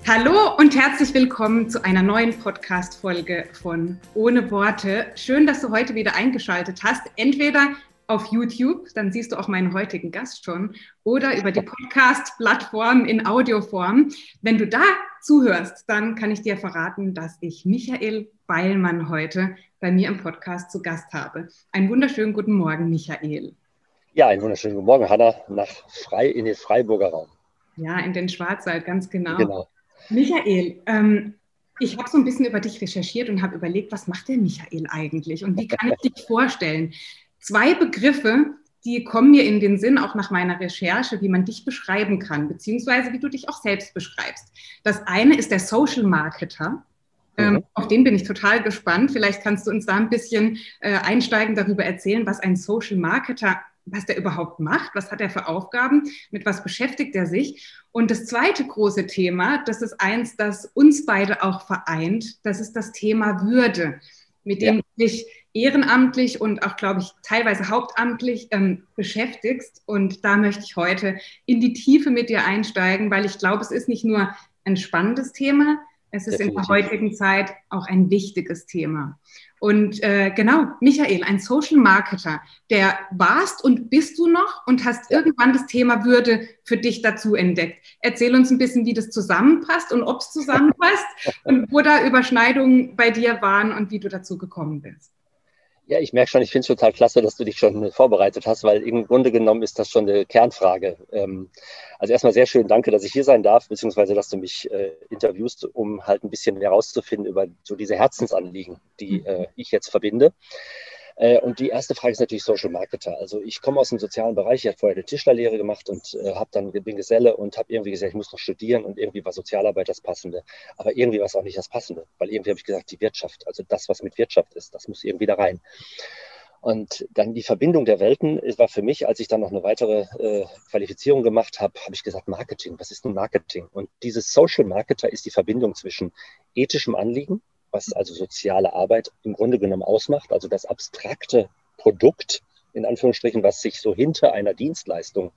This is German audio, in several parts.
Hallo und herzlich willkommen zu einer neuen Podcast-Folge von Ohne Worte. Schön, dass du heute wieder eingeschaltet hast. Entweder auf YouTube, dann siehst du auch meinen heutigen Gast schon, oder über die Podcast-Plattform in Audioform. Wenn du da zuhörst, dann kann ich dir verraten, dass ich Michael Beilmann heute bei mir im Podcast zu Gast habe. Einen wunderschönen guten Morgen, Michael. Ja, einen wunderschönen guten Morgen, Hanna, in den Freiburger Raum. Ja, in den Schwarzwald, ganz genau. Genau. Michael, ich habe so ein bisschen über dich recherchiert und habe überlegt, was macht der Michael eigentlich und wie kann ich dich vorstellen? Zwei Begriffe, die kommen mir in den Sinn, auch nach meiner Recherche, wie man dich beschreiben kann, beziehungsweise wie du dich auch selbst beschreibst. Das eine ist der Social Marketer. Auf den bin ich total gespannt. Vielleicht kannst du uns da ein bisschen einsteigend darüber erzählen, was ein Social Marketer, was der überhaupt macht, was hat er für Aufgaben, mit was beschäftigt er sich. Und das zweite große Thema, das ist eins, das uns beide auch vereint, das ist das Thema Würde, mit dem du dich ehrenamtlich und auch, glaube ich, teilweise hauptamtlich beschäftigst. Und da möchte ich heute in die Tiefe mit dir einsteigen, weil ich glaube, es ist nicht nur ein spannendes Thema, es ist in der heutigen Zeit auch ein wichtiges Thema. Und genau, Michael, ein Social Marketer, der warst und bist du noch und hast irgendwann das Thema Würde für dich dazu entdeckt. Erzähl uns ein bisschen, wie das zusammenpasst und ob es zusammenpasst und wo da Überschneidungen bei dir waren und wie du dazu gekommen bist. Ja, ich merke schon, ich finde es total klasse, dass du dich schon vorbereitet hast, weil im Grunde genommen ist das schon eine Kernfrage. Also erstmal sehr schön, danke, dass ich hier sein darf, beziehungsweise dass du mich interviewst, um halt ein bisschen mehr herauszufinden über so diese Herzensanliegen, die ich jetzt verbinde. Und die erste Frage ist natürlich Social Marketer. Also ich komme aus dem sozialen Bereich, ich habe vorher eine Tischlerlehre gemacht und bin Geselle und habe irgendwie gesagt, ich muss noch studieren und irgendwie war Sozialarbeit das Passende. Aber irgendwie war es auch nicht das Passende, weil irgendwie habe ich gesagt, die Wirtschaft, also das, was mit Wirtschaft ist, das muss irgendwie da rein. Und dann die Verbindung der Welten war für mich, als ich dann noch eine weitere Qualifizierung gemacht habe, habe ich gesagt, Marketing, was ist denn Marketing? Und dieses Social Marketer ist die Verbindung zwischen ethischem Anliegen, was also soziale Arbeit im Grunde genommen ausmacht, also das abstrakte Produkt, in Anführungsstrichen, was sich so hinter einer Dienstleistung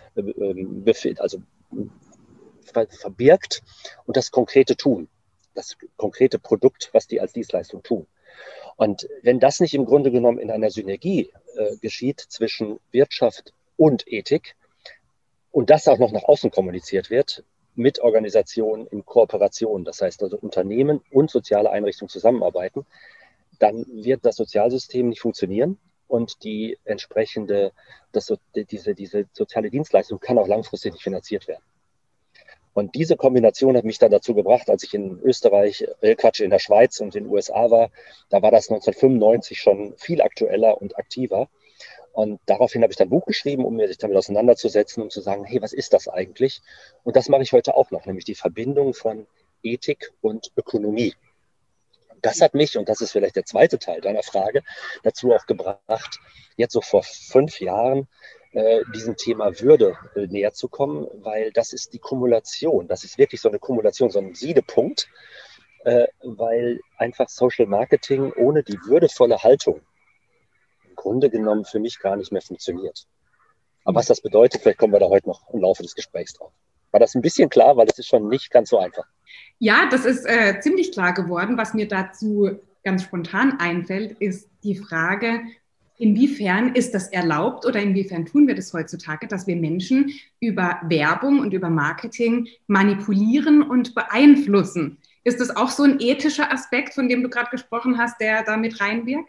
verbirgt und das konkrete Tun, das konkrete Produkt, was die als Dienstleistung tun. Und wenn das nicht im Grunde genommen in einer Synergie geschieht zwischen Wirtschaft und Ethik und das auch noch nach außen kommuniziert wird, mit Organisationen in Kooperation, das heißt also Unternehmen und soziale Einrichtungen zusammenarbeiten, dann wird das Sozialsystem nicht funktionieren und die entsprechende, diese soziale Dienstleistung kann auch langfristig nicht finanziert werden. Und diese Kombination hat mich dann dazu gebracht, als ich in Österreich, in der Schweiz und in den USA war, da war das 1995 schon viel aktueller und aktiver. Und daraufhin habe ich dann ein Buch geschrieben, um mich damit auseinanderzusetzen und zu sagen, hey, was ist das eigentlich? Und das mache ich heute auch noch, nämlich die Verbindung von Ethik und Ökonomie. Das hat mich, und das ist vielleicht der zweite Teil deiner Frage, dazu auch gebracht, jetzt so vor 5 Jahren diesem Thema Würde näher zu kommen, weil das ist die Kumulation, das ist wirklich so eine Kumulation, so ein Siedepunkt, weil einfach Social Marketing ohne die würdevolle Haltung im Grunde genommen für mich gar nicht mehr funktioniert. Aber was das bedeutet, vielleicht kommen wir da heute noch im Laufe des Gesprächs drauf. War das ein bisschen klar, weil das ist schon nicht ganz so einfach. Ja, das ist ziemlich klar geworden. Was mir dazu ganz spontan einfällt, ist die Frage, inwiefern ist das erlaubt oder inwiefern tun wir das heutzutage, dass wir Menschen über Werbung und über Marketing manipulieren und beeinflussen? Ist das auch so ein ethischer Aspekt, von dem du gerade gesprochen hast, der da mit reinwirkt?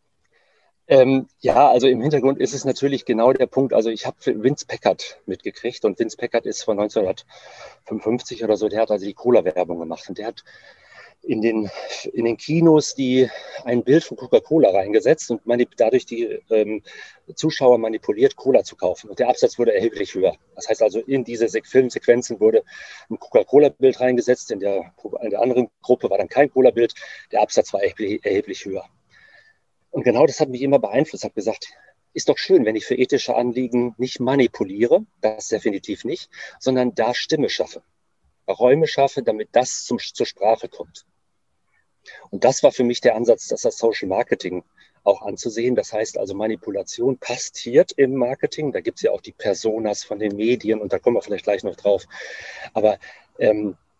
Ja, also im Hintergrund ist es natürlich genau der Punkt. Also ich habe Vince Packard mitgekriegt und Vince Packard ist von 1955 oder so, der hat also die Cola-Werbung gemacht und der hat in den Kinos ein Bild von Coca-Cola reingesetzt und dadurch die Zuschauer manipuliert, Cola zu kaufen. Und der Absatz wurde erheblich höher. Das heißt also, in diese Filmsequenzen wurde ein Coca-Cola-Bild reingesetzt, in der anderen Gruppe war dann kein Cola-Bild, der Absatz war erheblich höher. Und genau das hat mich immer beeinflusst. Ich habe gesagt, ist doch schön, wenn ich für ethische Anliegen nicht manipuliere, das definitiv nicht, sondern da Stimme schaffe, Räume schaffe, damit das zur Sprache kommt. Und das war für mich der Ansatz, das Social Marketing auch anzusehen. Das heißt also, Manipulation passiert im Marketing. Da gibt es ja auch die Personas von den Medien und da kommen wir vielleicht gleich noch drauf. Aber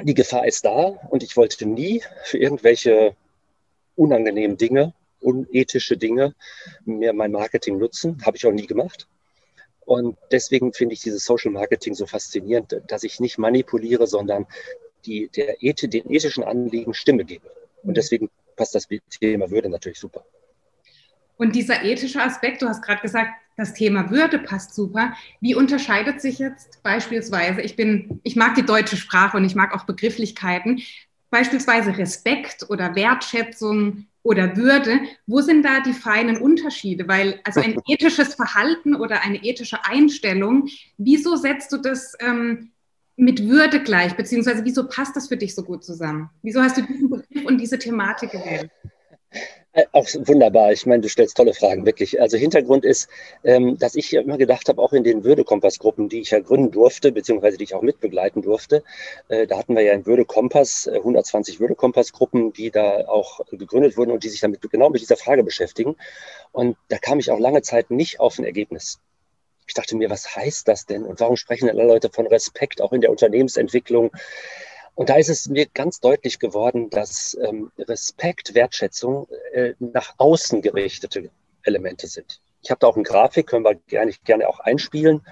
die Gefahr ist da und ich wollte nie für irgendwelche unangenehmen Dinge, unethische Dinge mir mein Marketing nutzen. Habe ich auch nie gemacht. Und deswegen finde ich dieses Social Marketing so faszinierend, dass ich nicht manipuliere, sondern den ethischen Anliegen Stimme gebe. Und deswegen passt das Thema Würde natürlich super. Und dieser ethische Aspekt, du hast gerade gesagt, das Thema Würde passt super. Wie unterscheidet sich jetzt beispielsweise, ich mag die deutsche Sprache und ich mag auch Begrifflichkeiten, beispielsweise Respekt oder Wertschätzung oder Würde, wo sind da die feinen Unterschiede? Weil also ein ethisches Verhalten oder eine ethische Einstellung, wieso setzt du das mit Würde gleich, beziehungsweise wieso passt das für dich so gut zusammen? Wieso hast du diesen Begriff und diese Thematik gewählt? Auch wunderbar. Ich meine, du stellst tolle Fragen, wirklich. Also Hintergrund ist, dass ich ja immer gedacht habe, auch in den Würdekompass-Gruppen, die ich ja gründen durfte, beziehungsweise die ich auch mitbegleiten durfte, da hatten wir ja einen Würdekompass, 120 Würdekompass-Gruppen, die da auch gegründet wurden und die sich damit genau mit dieser Frage beschäftigen. Und da kam ich auch lange Zeit nicht auf ein Ergebnis. Ich dachte mir, was heißt das denn? Und warum sprechen denn alle Leute von Respekt, auch in der Unternehmensentwicklung? Und da ist es mir ganz deutlich geworden, dass Respekt, Wertschätzung nach außen gerichtete Elemente sind. Ich habe da auch eine Grafik, können wir gerne auch einspielen.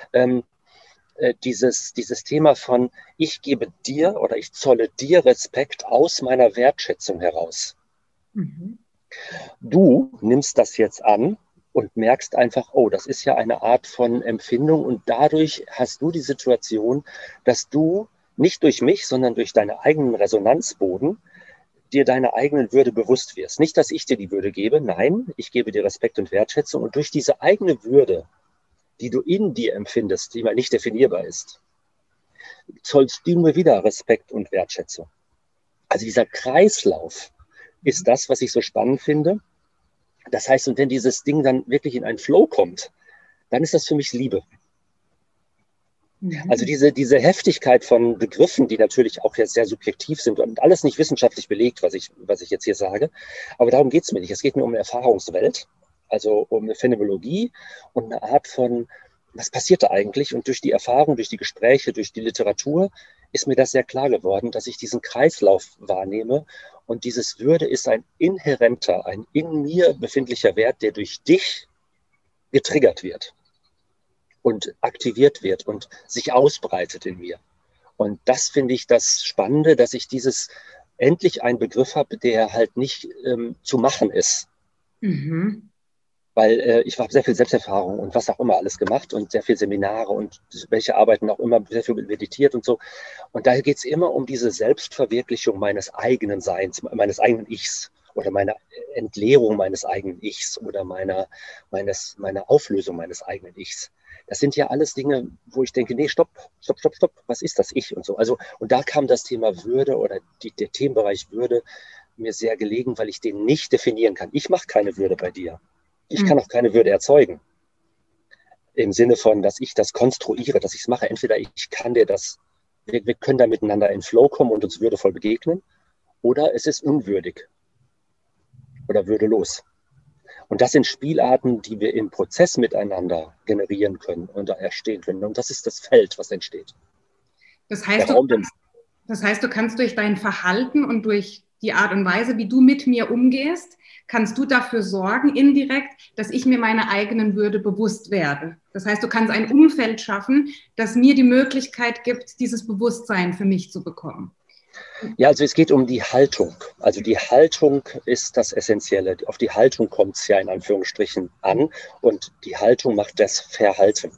Dieses Thema von, ich gebe dir oder ich zolle dir Respekt aus meiner Wertschätzung heraus. Mhm. Du nimmst das jetzt an und merkst einfach, oh, das ist ja eine Art von Empfindung und dadurch hast du die Situation, dass du nicht durch mich, sondern durch deinen eigenen Resonanzboden dir deiner eigenen Würde bewusst wirst. Nicht, dass ich dir die Würde gebe, nein, ich gebe dir Respekt und Wertschätzung und durch diese eigene Würde, die du in dir empfindest, die mal nicht definierbar ist, zollst du mir wieder Respekt und Wertschätzung. Also dieser Kreislauf ist das, was ich so spannend finde. Das heißt, und wenn dieses Ding dann wirklich in einen Flow kommt, dann ist das für mich Liebe. Also diese Heftigkeit von Begriffen, die natürlich auch jetzt sehr subjektiv sind und alles nicht wissenschaftlich belegt, was ich jetzt hier sage. Aber darum geht es mir nicht. Es geht mir um eine Erfahrungswelt, also um eine Phänomenologie und eine Art von, was passiert da eigentlich? Und durch die Erfahrung, durch die Gespräche, durch die Literatur ist mir das sehr klar geworden, dass ich diesen Kreislauf wahrnehme. Und dieses Würde ist ein inhärenter, ein in mir befindlicher Wert, der durch dich getriggert wird und aktiviert wird und sich ausbreitet in mir. Und das finde ich das Spannende, dass ich endlich einen Begriff habe, der halt nicht zu machen ist. Mhm. Weil ich habe sehr viel Selbsterfahrung und was auch immer alles gemacht und sehr viel Seminare und welche Arbeiten auch immer, sehr viel meditiert und so. Und da geht es immer um diese Selbstverwirklichung meines eigenen Seins, meines eigenen Ichs oder meiner Entleerung meines eigenen Ichs oder meiner Auflösung meines eigenen Ichs. Das sind ja alles Dinge, wo ich denke, nee, stopp, was ist das Ich und so. Also, und da kam das Thema Würde oder der Themenbereich Würde mir sehr gelegen, weil ich den nicht definieren kann. Ich mache keine Würde bei dir. Ich kann auch keine Würde erzeugen. Im Sinne von, dass ich das konstruiere, dass ich es mache. Entweder ich kann dir das, wir können da miteinander in Flow kommen und uns würdevoll begegnen, oder es ist unwürdig oder würdelos. Und das sind Spielarten, die wir im Prozess miteinander generieren können und da erstehen können. Und das ist das Feld, was entsteht. Das heißt, du kannst durch dein Verhalten und durch die Art und Weise, wie du mit mir umgehst, kannst du dafür sorgen, indirekt, dass ich mir meiner eigenen Würde bewusst werde. Das heißt, du kannst ein Umfeld schaffen, das mir die Möglichkeit gibt, dieses Bewusstsein für mich zu bekommen. Ja, also es geht um die Haltung. Also die Haltung ist das Essentielle. Auf die Haltung kommt es ja in Anführungsstrichen an und die Haltung macht das Verhalten.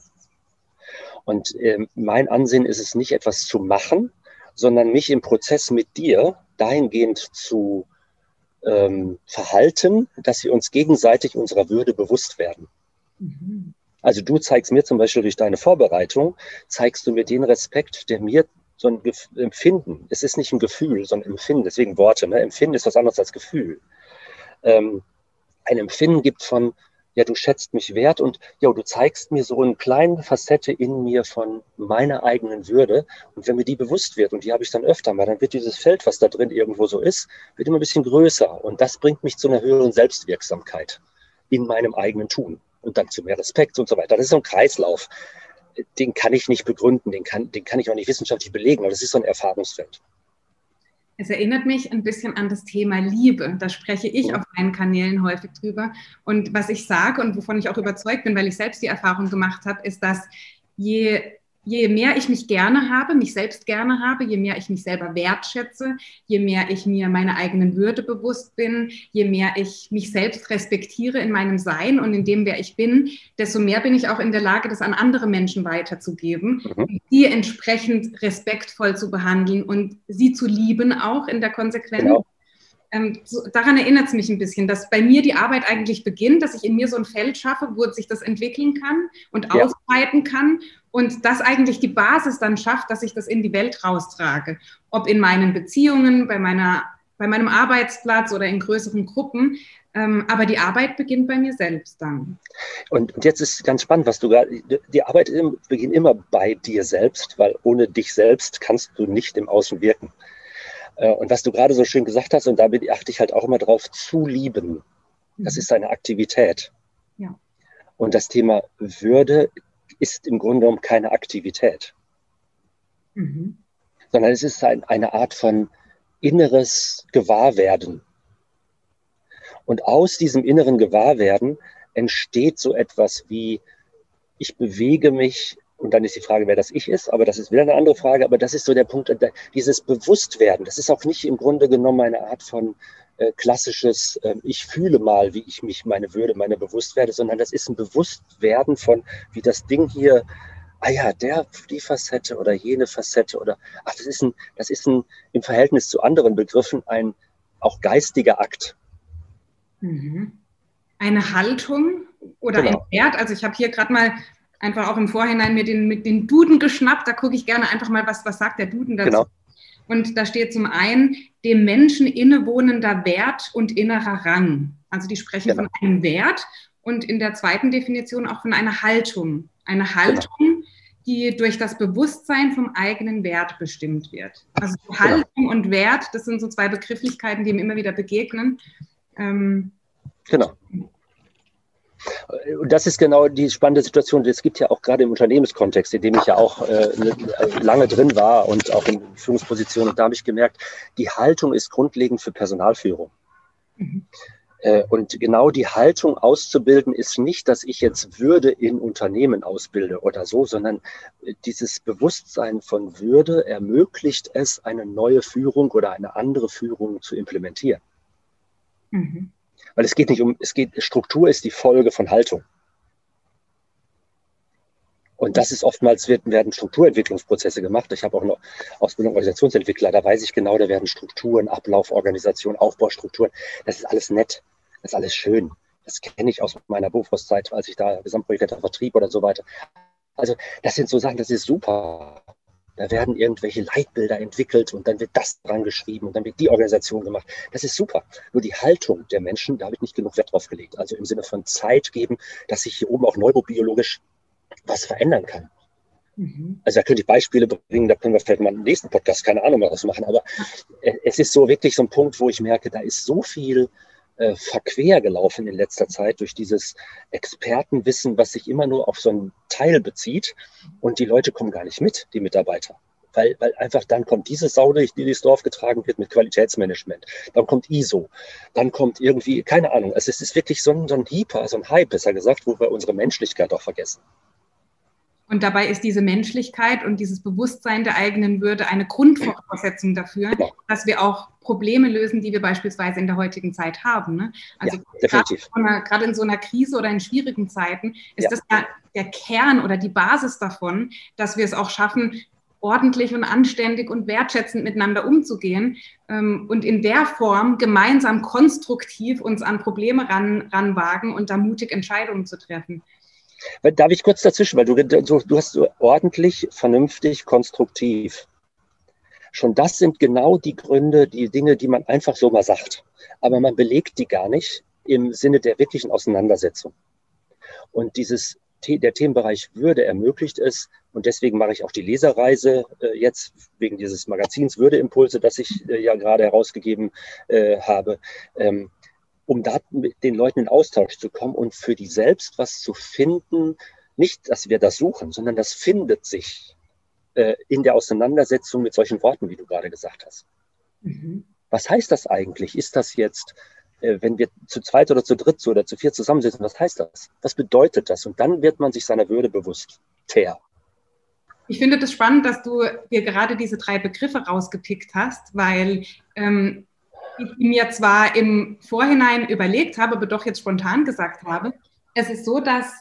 Und mein Ansinnen ist es nicht, etwas zu machen, sondern mich im Prozess mit dir dahingehend zu verhalten, dass wir uns gegenseitig unserer Würde bewusst werden. Mhm. Also du zeigst mir zum Beispiel durch deine Vorbereitung, zeigst du mir den Respekt, der mir so ein Empfinden, es ist nicht ein Gefühl, sondern Empfinden, deswegen Worte, ne? Empfinden ist was anderes als Gefühl. Ein Empfinden gibt von, ja, du schätzt mich wert und ja, du zeigst mir so eine kleine Facette in mir von meiner eigenen Würde. Und wenn mir die bewusst wird, und die habe ich dann öfter mal, dann wird dieses Feld, was da drin irgendwo so ist, wird immer ein bisschen größer. Und das bringt mich zu einer höheren Selbstwirksamkeit in meinem eigenen Tun und dann zu mehr Respekt und so weiter. Das ist so ein Kreislauf. den kann ich nicht begründen, den kann ich auch nicht wissenschaftlich belegen, aber das ist so ein Erfahrungsfeld. Es erinnert mich ein bisschen an das Thema Liebe. Da spreche ich auf meinen Kanälen häufig drüber. Und was ich sage und wovon ich auch überzeugt bin, weil ich selbst die Erfahrung gemacht habe, ist, dass je mehr ich mich gerne habe, mich selbst gerne habe, je mehr ich mich selber wertschätze, je mehr ich mir meiner eigenen Würde bewusst bin, je mehr ich mich selbst respektiere in meinem Sein und in dem, wer ich bin, desto mehr bin ich auch in der Lage, das an andere Menschen weiterzugeben, die entsprechend respektvoll zu behandeln und sie zu lieben auch in der Konsequenz. Genau. Daran erinnert es mich ein bisschen, dass bei mir die Arbeit eigentlich beginnt, dass ich in mir so ein Feld schaffe, wo sich das entwickeln kann und ausbreiten kann und das eigentlich die Basis dann schafft, dass ich das in die Welt raustrage. Ob in meinen Beziehungen, bei meinem Arbeitsplatz oder in größeren Gruppen. Aber die Arbeit beginnt bei mir selbst dann. Und jetzt ist ganz spannend, was du gerade, die Arbeit beginnt immer bei dir selbst, weil ohne dich selbst kannst du nicht im Außen wirken. Und was du gerade so schön gesagt hast, und da achte ich halt auch immer drauf, zu lieben, das ist eine Aktivität. Ja. Und das Thema Würde ist im Grunde genommen keine Aktivität, sondern es ist eine Art von inneres Gewahrwerden. Und aus diesem inneren Gewahrwerden entsteht so etwas wie, ich bewege mich. Und dann ist die Frage, wer das Ich ist, aber das ist wieder eine andere Frage. Aber das ist so der Punkt, dieses Bewusstwerden. Das ist auch nicht im Grunde genommen eine Art von klassisches, ich fühle mal, wie ich mich, meine Würde, meine Bewusstwerde, sondern das ist ein Bewusstwerden von, wie das Ding hier, die Facette oder jene Facette oder, das ist ein im Verhältnis zu anderen Begriffen ein auch geistiger Akt. Eine Haltung oder ein Wert. Also ich habe hier gerade mal einfach auch im Vorhinein mir mit den Duden geschnappt. Da gucke ich gerne einfach mal, was sagt der Duden dazu. Genau. Und da steht zum einen, dem Menschen innewohnender Wert und innerer Rang. Also die sprechen von einem Wert und in der zweiten Definition auch von einer Haltung. Eine Haltung, die durch das Bewusstsein vom eigenen Wert bestimmt wird. Also Haltung und Wert, das sind so zwei Begrifflichkeiten, die ihm immer wieder begegnen. Genau. Und das ist genau die spannende Situation. Es gibt ja auch gerade im Unternehmenskontext, in dem ich ja auch lange drin war und auch in Führungspositionen, und da habe ich gemerkt, die Haltung ist grundlegend für Personalführung. Und genau die Haltung auszubilden ist nicht, dass ich jetzt Würde in Unternehmen ausbilde oder so, sondern dieses Bewusstsein von Würde ermöglicht es, eine neue Führung oder eine andere Führung zu implementieren. Weil es geht nicht Struktur ist die Folge von Haltung. Und das ist oftmals, werden Strukturentwicklungsprozesse gemacht. Ich habe auch eine Ausbildung Organisationsentwickler, da weiß ich genau, da werden Strukturen, Ablauf, Organisation, Aufbaustrukturen, das ist alles nett, das ist alles schön. Das kenne ich aus meiner Berufszeit, als ich da Gesamtprojektleiter Vertrieb oder so weiter. Also das sind so Sachen, das ist super. Da werden irgendwelche Leitbilder entwickelt und dann wird das dran geschrieben und dann wird die Organisation gemacht. Das ist super. Nur die Haltung der Menschen, da habe ich nicht genug Wert drauf gelegt. Also im Sinne von Zeit geben, dass sich hier oben auch neurobiologisch was verändern kann. Also da könnte ich Beispiele bringen, da können wir vielleicht mal im nächsten Podcast, keine Ahnung, was machen. Aber es ist so wirklich so ein Punkt, wo ich merke, da ist so viel verquer gelaufen in letzter Zeit durch dieses Expertenwissen, was sich immer nur auf so einen Teil bezieht und die Leute kommen gar nicht mit, die Mitarbeiter. Weil einfach dann kommt diese Sau, die durchs Dorf getragen wird mit Qualitätsmanagement. Dann kommt ISO. Dann kommt irgendwie, keine Ahnung. Also es ist wirklich so ein Hype, besser gesagt, wo wir unsere Menschlichkeit auch vergessen. Und dabei ist diese Menschlichkeit und dieses Bewusstsein der eigenen Würde eine Grundvoraussetzung dafür, dass wir auch Probleme lösen, die wir beispielsweise in der heutigen Zeit haben. Ne? Also definitiv. Gerade in so einer Krise oder in schwierigen Zeiten ist das ja der Kern oder die Basis davon, dass wir es auch schaffen, ordentlich und anständig und wertschätzend miteinander umzugehen und in der Form gemeinsam konstruktiv uns an Probleme ranwagen und da mutig Entscheidungen zu treffen. Darf ich kurz dazwischen, weil du hast so ordentlich, vernünftig, konstruktiv. Schon das sind genau die Gründe, die Dinge, die man einfach so mal sagt. Aber man belegt die gar nicht im Sinne der wirklichen Auseinandersetzung. Und der Themenbereich Würde ermöglicht es, und deswegen mache ich auch die Leserreise jetzt wegen dieses Magazins Würdeimpulse, das ich ja gerade herausgegeben habe, um da mit den Leuten in Austausch zu kommen und für die selbst was zu finden, Nicht, dass wir das suchen, sondern das findet sich in der Auseinandersetzung mit solchen Worten, wie du gerade gesagt hast. Mhm. Was heißt das eigentlich? Ist das jetzt, wenn wir zu zweit oder zu dritt oder zu viert zusammensitzen, was heißt das? Was bedeutet das? Und dann wird man sich seiner Würde bewusst. Ich finde das spannend, dass du dir gerade diese 3 Begriffe rausgepickt hast, weil ich mir zwar im Vorhinein überlegt habe, aber doch jetzt spontan gesagt habe, es ist so, dass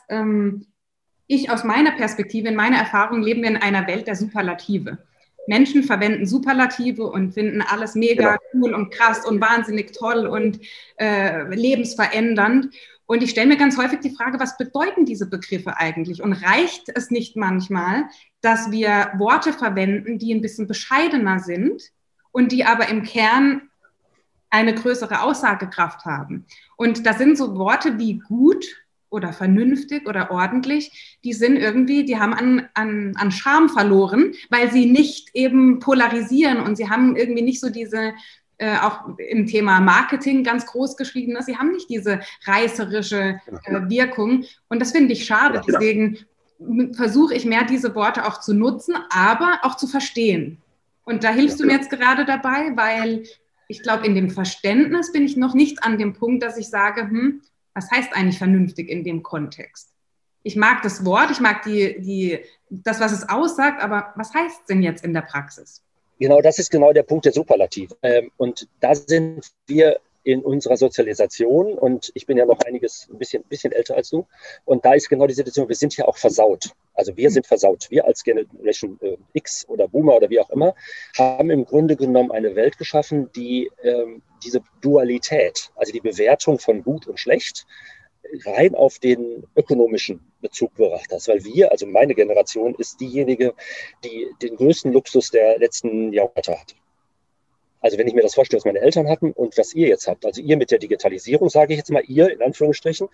ich aus meiner Perspektive, in meiner Erfahrung, leben wir in einer Welt der Superlative. Menschen verwenden Superlative und finden alles mega cool und krass und wahnsinnig toll und lebensverändernd. Und ich stelle mir ganz häufig die Frage, was bedeuten diese Begriffe eigentlich? Und reicht es nicht manchmal, dass wir Worte verwenden, die ein bisschen bescheidener sind und die aber im Kern eine größere Aussagekraft haben? Und da sind so Worte wie gut oder vernünftig oder ordentlich, die sind irgendwie, die haben an Charme verloren, weil sie nicht eben polarisieren und sie haben irgendwie nicht so diese, auch im Thema Marketing ganz groß geschrieben, sie haben nicht diese reißerische Wirkung und das finde ich schade. Deswegen versuche ich mehr diese Worte auch zu nutzen, aber auch zu verstehen. Und da hilfst du mir jetzt gerade dabei, weil ich glaube, in dem Verständnis bin ich noch nicht an dem Punkt, dass ich sage, was heißt eigentlich vernünftig in dem Kontext? Ich mag das Wort, ich mag das, was es aussagt, aber was heißt es denn jetzt in der Praxis? Genau, das ist genau der Punkt der Superlativ. Und da sind wir in unserer Sozialisation, und ich bin ja noch ein bisschen älter als du, und da ist genau die Situation, wir sind ja auch versaut. Also wir sind versaut. Wir als Generation X oder Boomer oder wie auch immer, haben im Grunde genommen eine Welt geschaffen, die diese Dualität, also die Bewertung von gut und schlecht, rein auf den ökonomischen Bezug gebracht hast. Weil wir, also meine Generation, ist diejenige, die den größten Luxus der letzten Jahrhunderte hat. Also wenn ich mir das vorstelle, was meine Eltern hatten und was ihr jetzt habt, also ihr mit der Digitalisierung, sage ich jetzt mal ihr in Anführungsstrichen,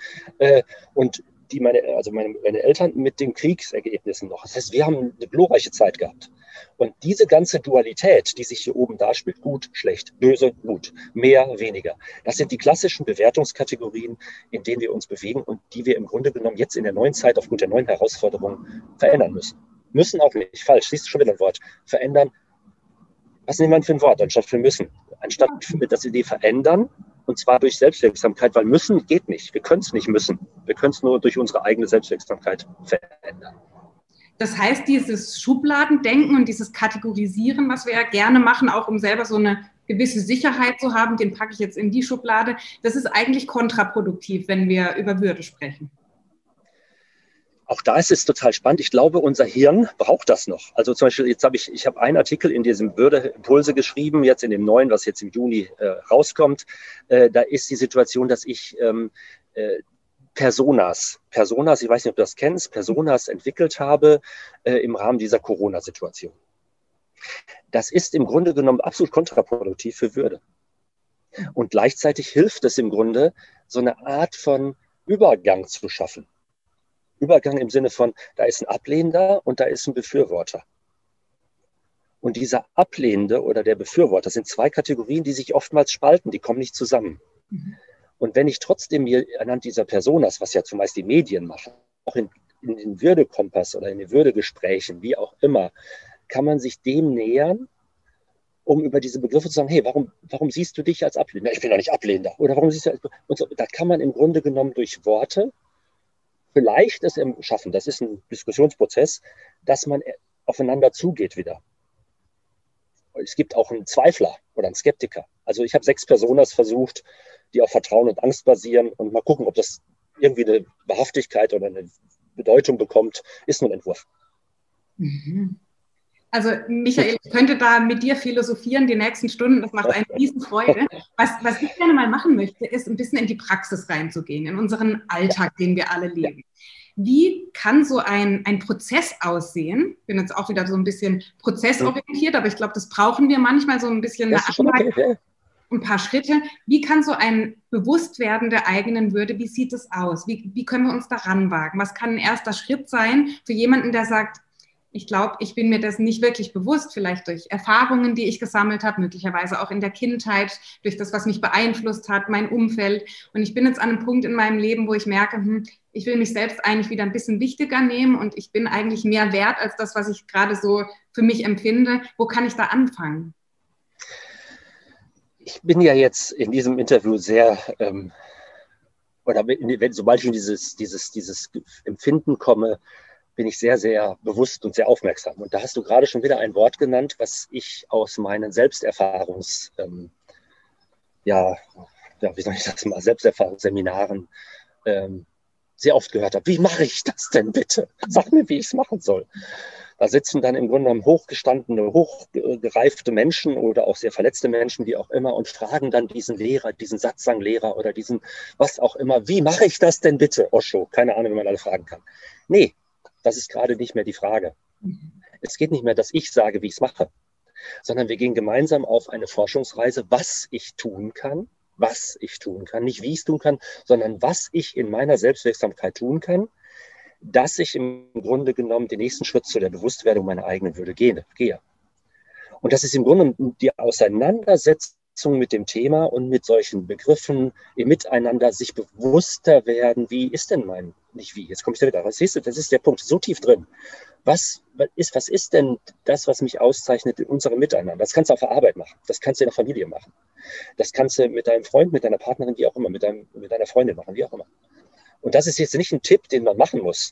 und meine Eltern mit den Kriegsergebnissen noch. Das heißt, wir haben eine glorreiche Zeit gehabt. Und diese ganze Dualität, die sich hier oben darspielt, gut, schlecht, böse, gut, mehr, weniger, das sind die klassischen Bewertungskategorien, in denen wir uns bewegen und die wir im Grunde genommen jetzt in der neuen Zeit aufgrund der neuen Herausforderungen verändern müssen. Müssen auch nicht, falsch, siehst du schon wieder ein Wort, verändern. Was nehmen wir für ein Wort anstatt für müssen? Anstatt dass wir die verändern, und zwar durch Selbstwirksamkeit, weil müssen geht nicht. Wir können es nicht müssen. Wir können es nur durch unsere eigene Selbstwirksamkeit verändern. Das heißt, dieses Schubladendenken und dieses Kategorisieren, was wir ja gerne machen, auch um selber so eine gewisse Sicherheit zu haben, den packe ich jetzt in die Schublade, das ist eigentlich kontraproduktiv, wenn wir über Würde sprechen. Auch da ist es total spannend. Ich glaube, unser Hirn braucht das noch. Also zum Beispiel, ich habe einen Artikel in diesem Würde-Impulse geschrieben, jetzt in dem neuen, was jetzt im Juni rauskommt. Da ist die Situation, dass ich Personas, ich weiß nicht, ob du das kennst, Personas entwickelt habe im Rahmen dieser Corona-Situation. Das ist im Grunde genommen absolut kontraproduktiv für Würde. Und gleichzeitig hilft es im Grunde, so eine Art von Übergang zu schaffen. Übergang im Sinne von, da ist ein Ablehnender und da ist ein Befürworter. Und dieser Ablehnende oder der Befürworter sind 2 Kategorien, die sich oftmals spalten, die kommen nicht zusammen. Mhm. Und wenn ich trotzdem mir anhand dieser Personas, was ja zumeist die Medien machen, auch in den Würdekompass oder in den Würdegesprächen, wie auch immer, kann man sich dem nähern, um über diese Begriffe zu sagen, hey, warum siehst du dich als Ablehnender? Ich bin doch nicht Ablehnender. Oder warum siehst du und so, da kann man im Grunde genommen durch Worte vielleicht es schaffen, das ist ein Diskussionsprozess, dass man aufeinander zugeht wieder. Es gibt auch einen Zweifler oder einen Skeptiker. Also ich habe 6 Personas versucht, die auf Vertrauen und Angst basieren und mal gucken, ob das irgendwie eine Wahrhaftigkeit oder eine Bedeutung bekommt, ist nur ein Entwurf. Mhm. Also Michael, ich könnte da mit dir philosophieren die nächsten Stunden, das macht eine riesen Freude. Was ich gerne mal machen möchte, ist ein bisschen in die Praxis reinzugehen, in unseren Alltag, den wir alle leben. Wie kann so ein Prozess aussehen? Ich bin jetzt auch wieder so ein bisschen prozessorientiert, aber ich glaube, das brauchen wir manchmal so ein bisschen ein paar Schritte. Wie kann so ein Bewusstwerden der eigenen Würde, wie sieht es aus? Wie können wir uns daran wagen? Was kann ein erster Schritt sein für jemanden, der sagt, Ich glaube, ich bin mir das nicht wirklich bewusst, vielleicht durch Erfahrungen, die ich gesammelt habe, möglicherweise auch in der Kindheit, durch das, was mich beeinflusst hat, mein Umfeld. Und ich bin jetzt an einem Punkt in meinem Leben, wo ich merke, ich will mich selbst eigentlich wieder ein bisschen wichtiger nehmen und ich bin eigentlich mehr wert als das, was ich gerade so für mich empfinde. Wo kann ich da anfangen? Ich bin ja jetzt in diesem Interview sehr, sobald ich in dieses Empfinden komme, bin ich sehr, sehr bewusst und sehr aufmerksam. Und da hast du gerade schon wieder ein Wort genannt, was ich aus meinen Selbsterfahrungsseminaren sehr oft gehört habe. Wie mache ich das denn bitte? Sag mir, wie ich es machen soll. Da sitzen dann im Grunde genommen hochgestandene, hochgereifte Menschen oder auch sehr verletzte Menschen, wie auch immer, und fragen dann diesen Lehrer, diesen Satzanglehrer oder diesen was auch immer, wie mache ich das denn bitte, Osho? Keine Ahnung, wie man alle fragen kann. Nee, das ist gerade nicht mehr die Frage. Es geht nicht mehr, dass ich sage, wie ich es mache, sondern wir gehen gemeinsam auf eine Forschungsreise, was ich tun kann, nicht wie ich es tun kann, sondern was ich in meiner Selbstwirksamkeit tun kann, dass ich im Grunde genommen den nächsten Schritt zu der Bewusstwerdung meiner eigenen Würde gehe. Und das ist im Grunde die Auseinandersetzung mit dem Thema und mit solchen Begriffen im Miteinander sich bewusster werden, wie ist denn nicht wie, jetzt komme ich da wieder, was siehst du, das ist der Punkt, so tief drin. Was ist denn das, was mich auszeichnet in unserem Miteinander? Das kannst du auf der Arbeit machen, das kannst du in der Familie machen, das kannst du mit deinem Freund, mit deiner Partnerin, wie auch immer, mit deiner Freundin machen, wie auch immer. Und das ist jetzt nicht ein Tipp, den man machen muss,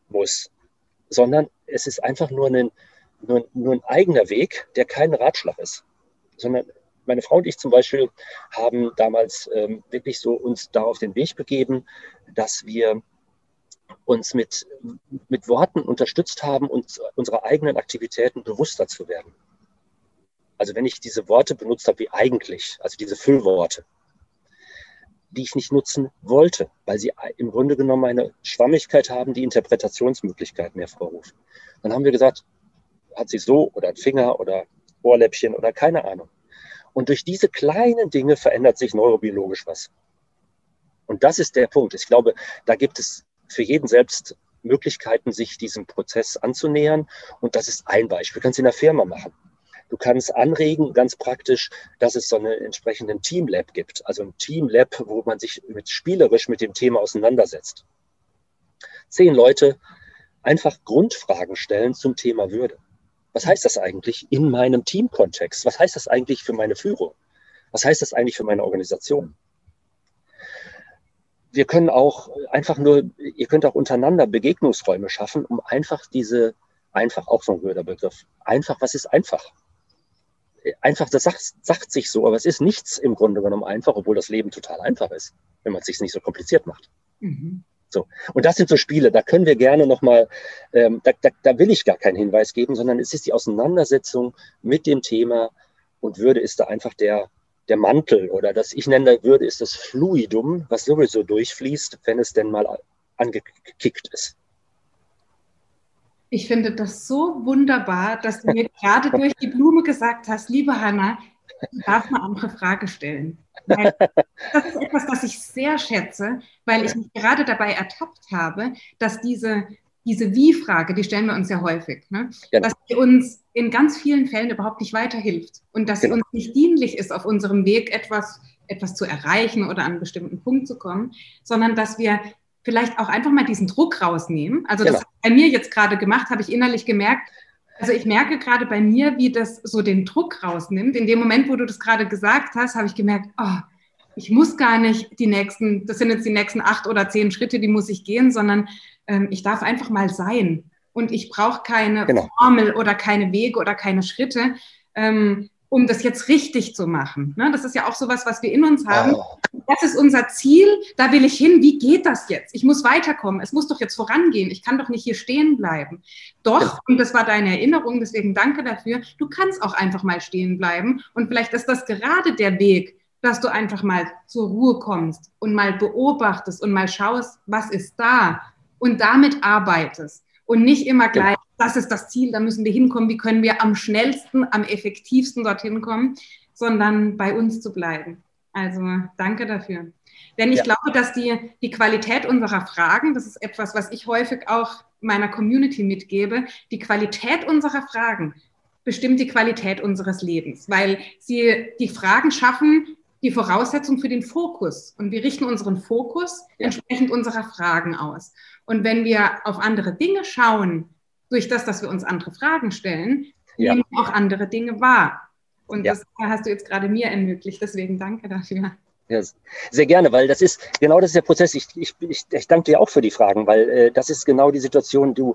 sondern es ist einfach nur ein eigener Weg, der kein Ratschlag ist. Sondern meine Frau und ich zum Beispiel haben damals wirklich so uns da auf den Weg begeben, dass wir uns mit Worten unterstützt haben, uns unserer eigenen Aktivitäten bewusster zu werden. Also wenn ich diese Worte benutzt habe wie eigentlich, also diese Füllworte, die ich nicht nutzen wollte, weil sie im Grunde genommen eine Schwammigkeit haben, die Interpretationsmöglichkeiten hervorrufen. Dann haben wir gesagt, hat sie so oder ein Finger oder Ohrläppchen oder keine Ahnung. Und durch diese kleinen Dinge verändert sich neurobiologisch was. Und das ist der Punkt. Ich glaube, da gibt es für jeden selbst Möglichkeiten, sich diesem Prozess anzunähern. Und das ist ein Beispiel. Du kannst es in der Firma machen. Du kannst anregen, ganz praktisch, dass es so einen entsprechenden Teamlab gibt. Also ein Teamlab, wo man sich spielerisch mit dem Thema auseinandersetzt. 10 Leute einfach Grundfragen stellen zum Thema Würde. Was heißt das eigentlich in meinem Teamkontext? Was heißt das eigentlich für meine Führung? Was heißt das eigentlich für meine Organisation? Wir können auch ihr könnt auch untereinander Begegnungsräume schaffen, um einfach auch so ein blöder Begriff, was ist einfach? Einfach, das sagt sich so, aber es ist nichts im Grunde genommen einfach, obwohl das Leben total einfach ist, wenn man es sich nicht so kompliziert macht. Mhm. So. Und das sind so Spiele, da können wir gerne nochmal, da will ich gar keinen Hinweis geben, sondern es ist die Auseinandersetzung mit dem Thema und Würde ist da einfach der Mantel oder ich nenne Würde ist das Fluidum, was sowieso durchfließt, wenn es denn mal angekickt ist. Ich finde das so wunderbar, dass du mir gerade durch die Blume gesagt hast, liebe Hanna, du darfst eine andere Frage stellen. Weil das ist etwas, das ich sehr schätze, weil ich mich gerade dabei ertappt habe, dass diese Wie-Frage, die stellen wir uns ja häufig, ne? Genau. Dass sie uns in ganz vielen Fällen überhaupt nicht weiterhilft und dass sie uns nicht dienlich ist, auf unserem Weg etwas zu erreichen oder an einen bestimmten Punkt zu kommen, sondern dass wir vielleicht auch einfach mal diesen Druck rausnehmen. Also das hat bei mir jetzt gerade gemacht, habe ich innerlich gemerkt. Also ich merke gerade bei mir, wie das so den Druck rausnimmt. In dem Moment, wo du das gerade gesagt hast, habe ich gemerkt, ich muss gar nicht das sind jetzt die nächsten 8 oder 10 Schritte, die muss ich gehen, sondern ich darf einfach mal sein. Und ich brauche keine Formel oder keine Wege oder keine Schritte, um das jetzt richtig zu machen. Ne? Das ist ja auch sowas, was wir in uns haben. Das ist unser Ziel, da will ich hin. Wie geht das jetzt? Ich muss weiterkommen. Es muss doch jetzt vorangehen. Ich kann doch nicht hier stehen bleiben. Doch, und das war deine Erinnerung, deswegen danke dafür, du kannst auch einfach mal stehen bleiben. Und vielleicht ist das gerade der Weg, dass du einfach mal zur Ruhe kommst und mal beobachtest und mal schaust, was ist da und damit arbeitest. Und nicht immer gleich, das ist das Ziel, da müssen wir hinkommen, wie können wir am schnellsten, am effektivsten dorthin kommen, sondern bei uns zu bleiben. Also danke dafür. Denn ich glaube, dass die Qualität unserer Fragen, das ist etwas, was ich häufig auch meiner Community mitgebe, die Qualität unserer Fragen bestimmt die Qualität unseres Lebens, weil die Fragen schaffen die Voraussetzung für den Fokus. Und wir richten unseren Fokus entsprechend unserer Fragen aus. Und wenn wir auf andere Dinge schauen, durch das, dass wir uns andere Fragen stellen, nehmen wir auch andere Dinge wahr. Und das hast du jetzt gerade mir ermöglicht. Deswegen danke dafür. Ja, sehr gerne, weil das ist der Prozess. Ich danke dir auch für die Fragen, weil das ist genau die Situation. Du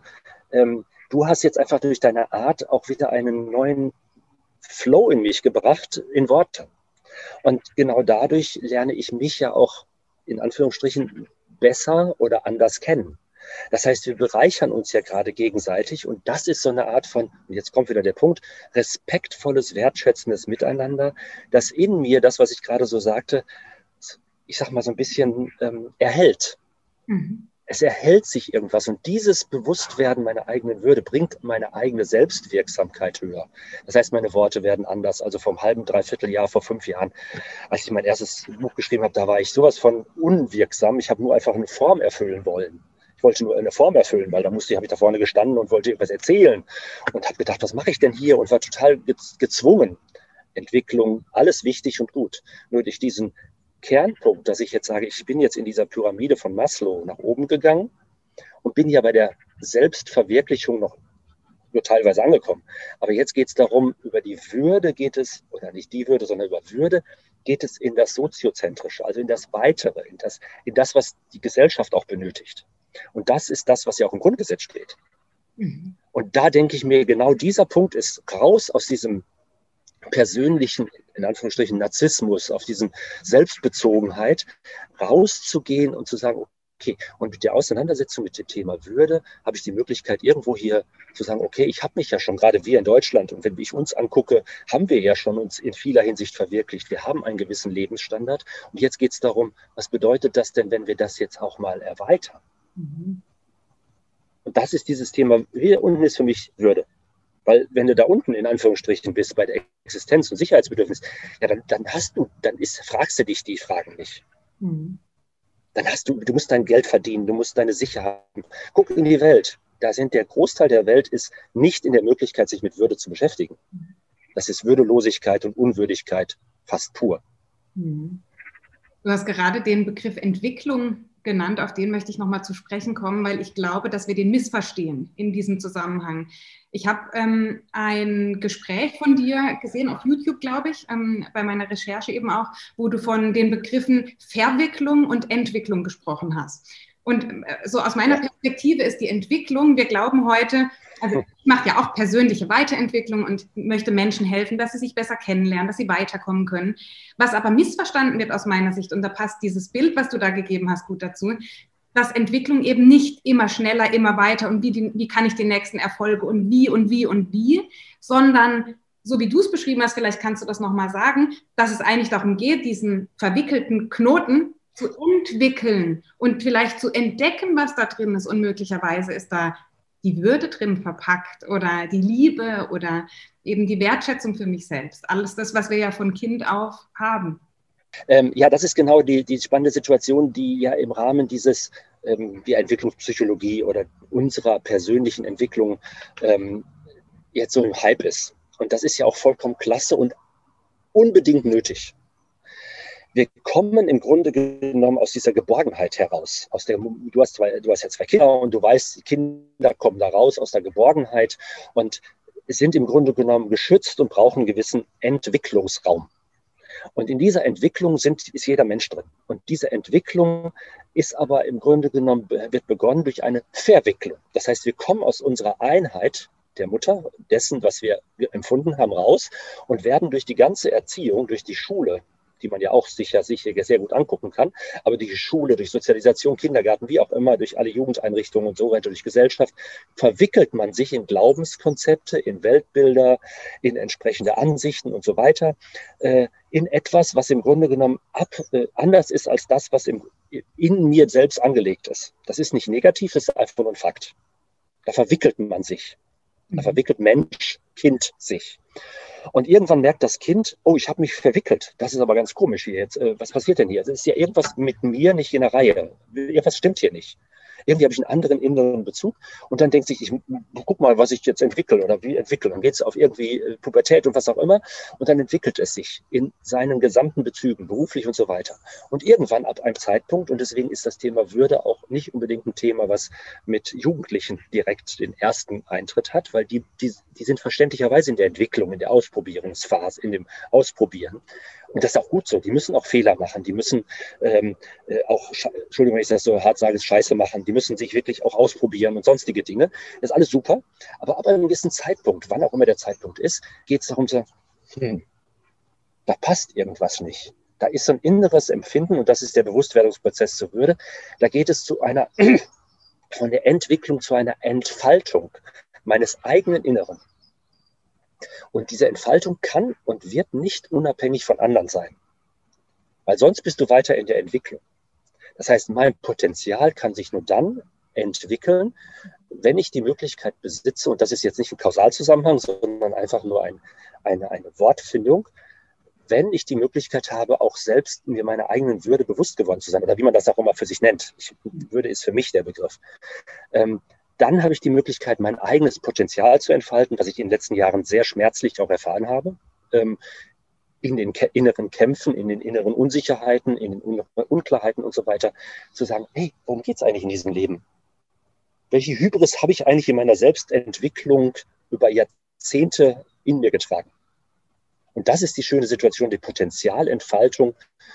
hast jetzt einfach durch deine Art auch wieder einen neuen Flow in mich gebracht, in Worte. Und genau dadurch lerne ich mich ja auch in Anführungsstrichen besser oder anders kennen. Das heißt, wir bereichern uns ja gerade gegenseitig und das ist so eine Art von, und jetzt kommt wieder der Punkt, respektvolles, wertschätzendes Miteinander, das in mir, das, was ich gerade so sagte, ich sag mal so ein bisschen erhält. Mhm. Es erhält sich irgendwas und dieses Bewusstwerden meiner eigenen Würde bringt meine eigene Selbstwirksamkeit höher. Das heißt, meine Worte werden anders. Also vom halben, dreiviertel Jahr, vor 5 Jahren, als ich mein erstes Buch geschrieben habe, da war ich sowas von unwirksam. Ich habe nur einfach eine Form erfüllen wollen. Ich wollte nur eine Form erfüllen, weil habe ich da vorne gestanden und wollte etwas erzählen und habe gedacht, was mache ich denn hier? Und war total gezwungen. Entwicklung, alles wichtig und gut. Nur durch diesen Kernpunkt, dass ich jetzt sage, ich bin jetzt in dieser Pyramide von Maslow nach oben gegangen und bin ja bei der Selbstverwirklichung noch nur teilweise angekommen. Aber jetzt geht es darum, über die Würde geht es, oder nicht die Würde, sondern über Würde geht es in das Soziozentrische, also in das Weitere, in das, was die Gesellschaft auch benötigt. Und das ist das, was ja auch im Grundgesetz steht. Mhm. Und da denke ich mir, genau dieser Punkt ist raus aus diesem persönlichen, in Anführungsstrichen, Narzissmus, auf diesen Selbstbezogenheit, rauszugehen und zu sagen, okay, und mit der Auseinandersetzung mit dem Thema Würde habe ich die Möglichkeit, irgendwo hier zu sagen, okay, ich habe mich ja schon, gerade wir in Deutschland, und wenn ich uns angucke, haben wir ja schon uns in vieler Hinsicht verwirklicht. Wir haben einen gewissen Lebensstandard. Und jetzt geht es darum, was bedeutet das denn, wenn wir das jetzt auch mal erweitern? Mhm. Und das ist dieses Thema, hier unten ist für mich Würde. Weil wenn du da unten in Anführungsstrichen bist bei der Existenz und Sicherheitsbedürfnis, ja, dann fragst du dich die Fragen nicht. Mhm. Dann du musst dein Geld verdienen, du musst deine Sicherheit haben. Guck in die Welt. Der Großteil der Welt ist nicht in der Möglichkeit, sich mit Würde zu beschäftigen. Das ist Würdelosigkeit und Unwürdigkeit fast pur. Mhm. Du hast gerade den Begriff Entwicklung genannt, auf den möchte ich nochmal zu sprechen kommen, weil ich glaube, dass wir den missverstehen in diesem Zusammenhang. Ich habe ein Gespräch von dir gesehen, auf YouTube, glaube ich, bei meiner Recherche eben auch, wo du von den Begriffen Verwicklung und Entwicklung gesprochen hast. Und so aus meiner Perspektive ist die Entwicklung, wir glauben heute, also ich mache ja auch persönliche Weiterentwicklung und möchte Menschen helfen, dass sie sich besser kennenlernen, dass sie weiterkommen können. Was aber missverstanden wird aus meiner Sicht, und da passt dieses Bild, was du da gegeben hast, gut dazu, dass Entwicklung eben nicht immer schneller, immer weiter und wie kann ich die nächsten Erfolge und wie, sondern so wie du es beschrieben hast, vielleicht kannst du das nochmal sagen, dass es eigentlich darum geht, diesen verwickelten Knoten zu entwickeln und vielleicht zu entdecken, was da drin ist und möglicherweise ist da die Würde drin verpackt oder die Liebe oder eben die Wertschätzung für mich selbst. Alles das, was wir ja von Kind auf haben. Ja, das ist genau die spannende Situation, die ja im Rahmen dieses wie Entwicklungspsychologie oder unserer persönlichen Entwicklung jetzt so im Hype ist. Und das ist ja auch vollkommen klasse und unbedingt nötig. Wir kommen im Grunde genommen aus dieser Geborgenheit heraus. Du hast ja 2 Kinder und du weißt, die Kinder kommen da raus aus der Geborgenheit und sind im Grunde genommen geschützt und brauchen einen gewissen Entwicklungsraum. Und in dieser Entwicklung ist jeder Mensch drin. Und diese Entwicklung ist aber im Grunde genommen, wird begonnen durch eine Verwicklung. Das heißt, wir kommen aus unserer Einheit der Mutter, dessen, was wir empfunden haben, raus und werden durch die ganze Erziehung, durch die Schule, die man ja auch sich sehr gut angucken kann, aber durch Schule, durch Sozialisation, Kindergarten, wie auch immer, durch alle Jugendeinrichtungen und so weiter, durch Gesellschaft, verwickelt man sich in Glaubenskonzepte, in Weltbilder, in entsprechende Ansichten und so weiter, in etwas, was im Grunde genommen anders ist als das, was in mir selbst angelegt ist. Das ist nicht negativ, das ist einfach nur ein Fakt. Da verwickelt man sich. Da verwickelt Mensch, Kind sich. Und irgendwann merkt das Kind, oh, ich habe mich verwickelt. Das ist aber ganz komisch hier jetzt. Was passiert denn hier? Es ist ja irgendwas mit mir nicht in der Reihe. Irgendwas stimmt hier nicht. Irgendwie habe ich einen anderen inneren Bezug und dann denkt sich, ich guck mal, was ich jetzt entwickle oder wie entwickle. Dann geht es auf irgendwie Pubertät und was auch immer und dann entwickelt es sich in seinen gesamten Bezügen, beruflich und so weiter. Und irgendwann ab einem Zeitpunkt, und deswegen ist das Thema Würde auch nicht unbedingt ein Thema, was mit Jugendlichen direkt den ersten Eintritt hat, weil die sind verständlicherweise in der Entwicklung, in der Ausprobierungsphase, in dem Ausprobieren. Und das ist auch gut so. Die müssen auch Fehler machen. Die müssen auch, Entschuldigung, wenn ich das so hart sage, Scheiße machen. Die müssen sich wirklich auch ausprobieren und sonstige Dinge. Das ist alles super. Aber ab einem gewissen Zeitpunkt, wann auch immer der Zeitpunkt ist, geht es darum, da passt irgendwas nicht. Da ist so ein inneres Empfinden und das ist der Bewusstwerdungsprozess zur Würde. Da geht es von der Entwicklung zu einer Entfaltung meines eigenen Inneren. Und diese Entfaltung kann und wird nicht unabhängig von anderen sein. Weil sonst bist du weiter in der Entwicklung. Das heißt, mein Potenzial kann sich nur dann entwickeln, wenn ich die Möglichkeit besitze, und das ist jetzt nicht ein Kausalzusammenhang, sondern einfach nur eine Wortfindung, wenn ich die Möglichkeit habe, auch selbst mir meiner eigenen Würde bewusst geworden zu sein, oder wie man das auch immer für sich nennt. Würde ist für mich der Begriff. Dann habe ich die Möglichkeit, mein eigenes Potenzial zu entfalten, was ich in den letzten Jahren sehr schmerzlich auch erfahren habe, in den inneren Kämpfen, in den inneren Unsicherheiten, in den Unklarheiten und so weiter, zu sagen, hey, worum geht es eigentlich in diesem Leben? Welche Hybris habe ich eigentlich in meiner Selbstentwicklung über Jahrzehnte in mir getragen? Und das ist die schöne Situation, die Potenzialentfaltung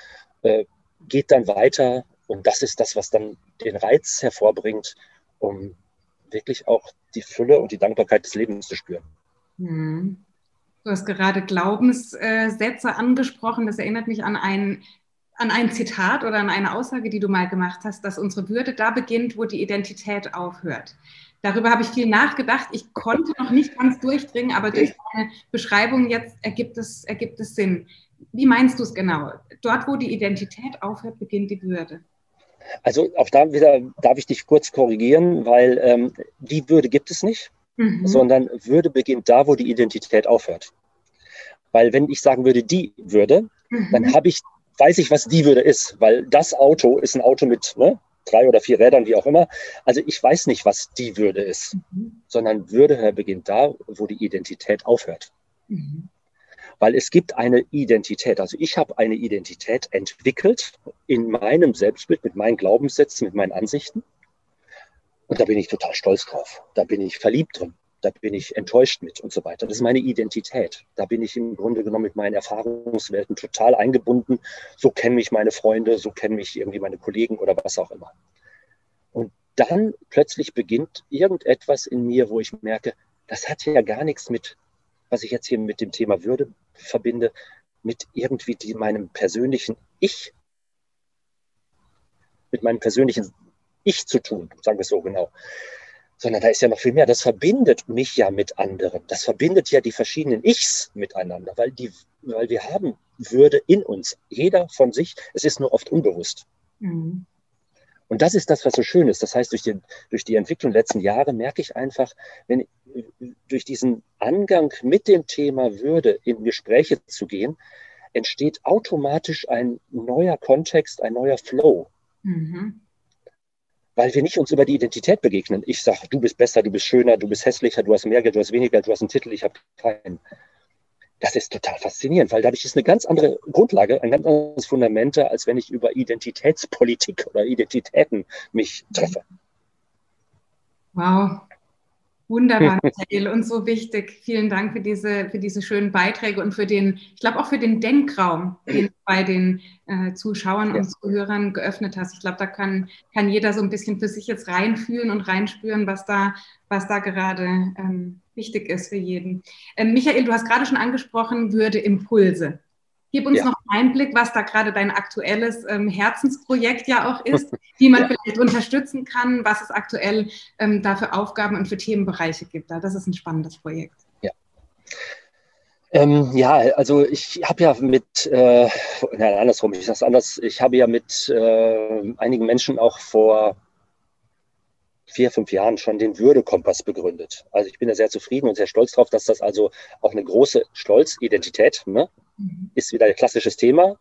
geht dann weiter und das ist das, was dann den Reiz hervorbringt, um wirklich auch die Fülle und die Dankbarkeit des Lebens zu spüren. Du hast gerade Glaubenssätze angesprochen. Das erinnert mich an ein Zitat oder an eine Aussage, die du mal gemacht hast, dass unsere Würde da beginnt, wo die Identität aufhört. Darüber habe ich viel nachgedacht. Ich konnte noch nicht ganz durchdringen, aber durch deine Beschreibung jetzt ergibt es Sinn. Wie meinst du es genau? Dort, wo die Identität aufhört, beginnt die Würde. Also auch da wieder darf ich dich kurz korrigieren, weil die Würde gibt es nicht, sondern Würde beginnt da, wo die Identität aufhört. Weil wenn ich sagen würde, die Würde, dann weiß ich, was die Würde ist, weil das Auto ist ein Auto mit 3 oder 4 Rädern, wie auch immer. Also ich weiß nicht, was die Würde ist, sondern Würde beginnt da, wo die Identität aufhört. Weil es gibt eine Identität. Also ich habe eine Identität entwickelt in meinem Selbstbild, mit meinen Glaubenssätzen, mit meinen Ansichten. Und da bin ich total stolz drauf. Da bin ich verliebt drin. Da bin ich enttäuscht mit und so weiter. Das ist meine Identität. Da bin ich im Grunde genommen mit meinen Erfahrungswelten total eingebunden. So kennen mich meine Freunde, so kennen mich irgendwie meine Kollegen oder was auch immer. Und dann plötzlich beginnt irgendetwas in mir, wo ich merke, das hat ja gar nichts mit, was ich jetzt hier mit dem Thema Würde verbinde, mit irgendwie meinem persönlichen Ich, mit meinem persönlichen Ich zu tun, sagen wir es so genau. Sondern da ist ja noch viel mehr. Das verbindet mich ja mit anderen. Das verbindet ja die verschiedenen Ichs miteinander, weil wir haben Würde in uns. Jeder von sich. Es ist nur oft unbewusst. Und das ist das, was so schön ist. Das heißt, durch die Entwicklung der letzten Jahre merke ich einfach, wenn durch diesen Angang mit dem Thema Würde in Gespräche zu gehen, entsteht automatisch ein neuer Kontext, ein neuer Flow. Weil wir nicht uns über die Identität begegnen. Ich sage, du bist besser, du bist schöner, du bist hässlicher, du hast mehr Geld, du hast weniger Geld, du hast einen Titel, ich habe keinen. Das ist total faszinierend, weil dadurch ist eine ganz andere Grundlage, ein ganz anderes Fundament, als wenn ich über Identitätspolitik oder Identitäten mich treffe. Wow. Wunderbar, Michael, und so wichtig. Vielen Dank für diese schönen Beiträge und ich glaube auch für den Denkraum, den du bei den Zuschauern und Zuhörern geöffnet hast. Ich glaube, da kann jeder so ein bisschen für sich jetzt reinfühlen und reinspüren, was da gerade wichtig ist für jeden. Michael, du hast gerade schon angesprochen, Würde-Impulse. Gib uns noch einen Einblick, was da gerade dein aktuelles Herzensprojekt ja auch ist, wie man vielleicht unterstützen kann, was es aktuell da für Aufgaben und für Themenbereiche gibt. Das ist ein spannendes Projekt. Also ich habe ja andersrum, ich sage es anders, ich habe ja mit einigen Menschen auch vor 4, 5 Jahren schon den Würdekompass begründet. Also ich bin da sehr zufrieden und sehr stolz drauf, dass das also auch eine große Stolzidentität, ne, ist wieder ein klassisches Thema,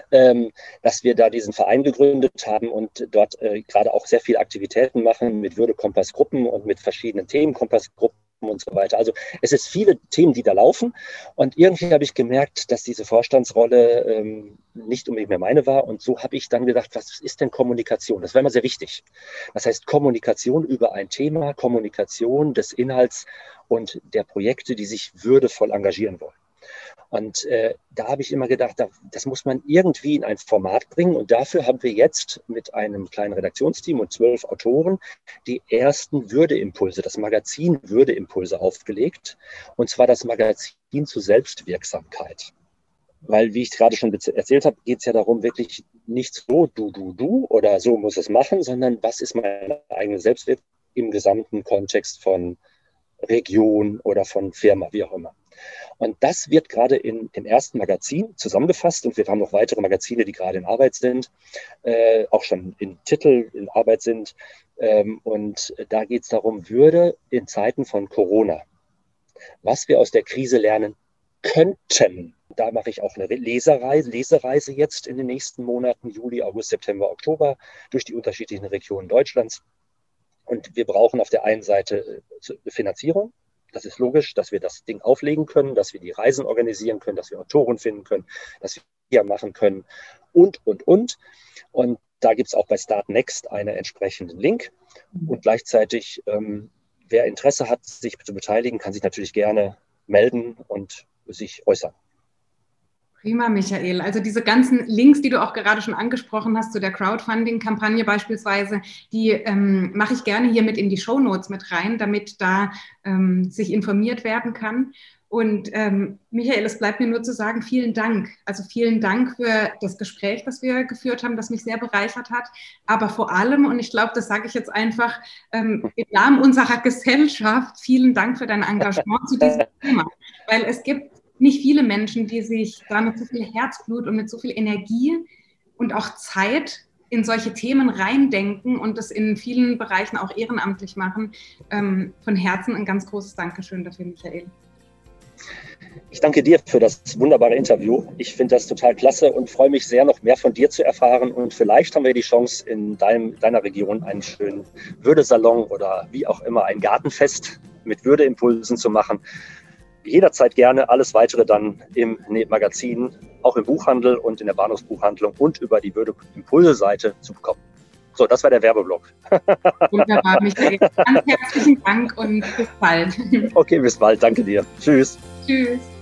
dass wir da diesen Verein gegründet haben und dort gerade auch sehr viele Aktivitäten machen mit Würdekompassgruppen und mit verschiedenen Themenkompassgruppen und so weiter. Also es ist viele Themen, die da laufen und irgendwie habe ich gemerkt, dass diese Vorstandsrolle nicht unbedingt mehr meine war und so habe ich dann gedacht, was ist denn Kommunikation? Das wäre immer sehr wichtig. Das heißt Kommunikation über ein Thema, Kommunikation des Inhalts und der Projekte, die sich würdevoll engagieren wollen. Und da habe ich immer gedacht, das muss man irgendwie in ein Format bringen. Und dafür haben wir jetzt mit einem kleinen Redaktionsteam und 12 Autoren die ersten Würdeimpulse, das Magazin Würdeimpulse aufgelegt. Und zwar das Magazin zur Selbstwirksamkeit. Weil, wie ich gerade schon erzählt habe, geht es ja darum, wirklich nicht so du oder so muss es machen, sondern was ist meine eigene Selbstwirksamkeit im gesamten Kontext von Region oder von Firma, wie auch immer. Und das wird gerade in dem ersten Magazin zusammengefasst und wir haben noch weitere Magazine, die gerade in Arbeit sind, auch schon in Titel in Arbeit sind. Und da geht es darum, Würde in Zeiten von Corona, was wir aus der Krise lernen könnten. Da mache ich auch eine Lesereise jetzt in den nächsten Monaten, Juli, August, September, Oktober, durch die unterschiedlichen Regionen Deutschlands. Und wir brauchen auf der einen Seite Finanzierung. Das ist logisch, dass wir das Ding auflegen können, dass wir die Reisen organisieren können, dass wir Autoren finden können, dass wir hier machen können und. Und da gibt es auch bei Start Next einen entsprechenden Link. Und gleichzeitig, wer Interesse hat, sich zu beteiligen, kann sich natürlich gerne melden und sich äußern. Prima, Michael. Also diese ganzen Links, die du auch gerade schon angesprochen hast, zu der Crowdfunding-Kampagne beispielsweise, die mache ich gerne hier mit in die Shownotes mit rein, damit da sich informiert werden kann. Und Michael, es bleibt mir nur zu sagen, vielen Dank. Also vielen Dank für das Gespräch, das wir geführt haben, das mich sehr bereichert hat. Aber vor allem, und ich glaube, das sage ich jetzt einfach im Namen unserer Gesellschaft, vielen Dank für dein Engagement zu diesem Thema. Weil es gibt nicht viele Menschen, die sich da mit so viel Herzblut und mit so viel Energie und auch Zeit in solche Themen reindenken und das in vielen Bereichen auch ehrenamtlich machen. Von Herzen ein ganz großes Dankeschön dafür, Michael. Ich danke dir für das wunderbare Interview. Ich finde das total klasse und freue mich sehr, noch mehr von dir zu erfahren. Und vielleicht haben wir die Chance, in deiner Region einen schönen Würdesalon oder wie auch immer ein Gartenfest mit Würdeimpulsen zu machen. Jederzeit gerne, alles weitere dann im Magazin, auch im Buchhandel und in der Bahnhofsbuchhandlung und über die Würdeimpulse-Seite zu bekommen. So, das war der Werbeblock. Wunderbar, Michael. Ganz herzlichen Dank und bis bald. Okay, bis bald. Danke dir. Tschüss. Tschüss.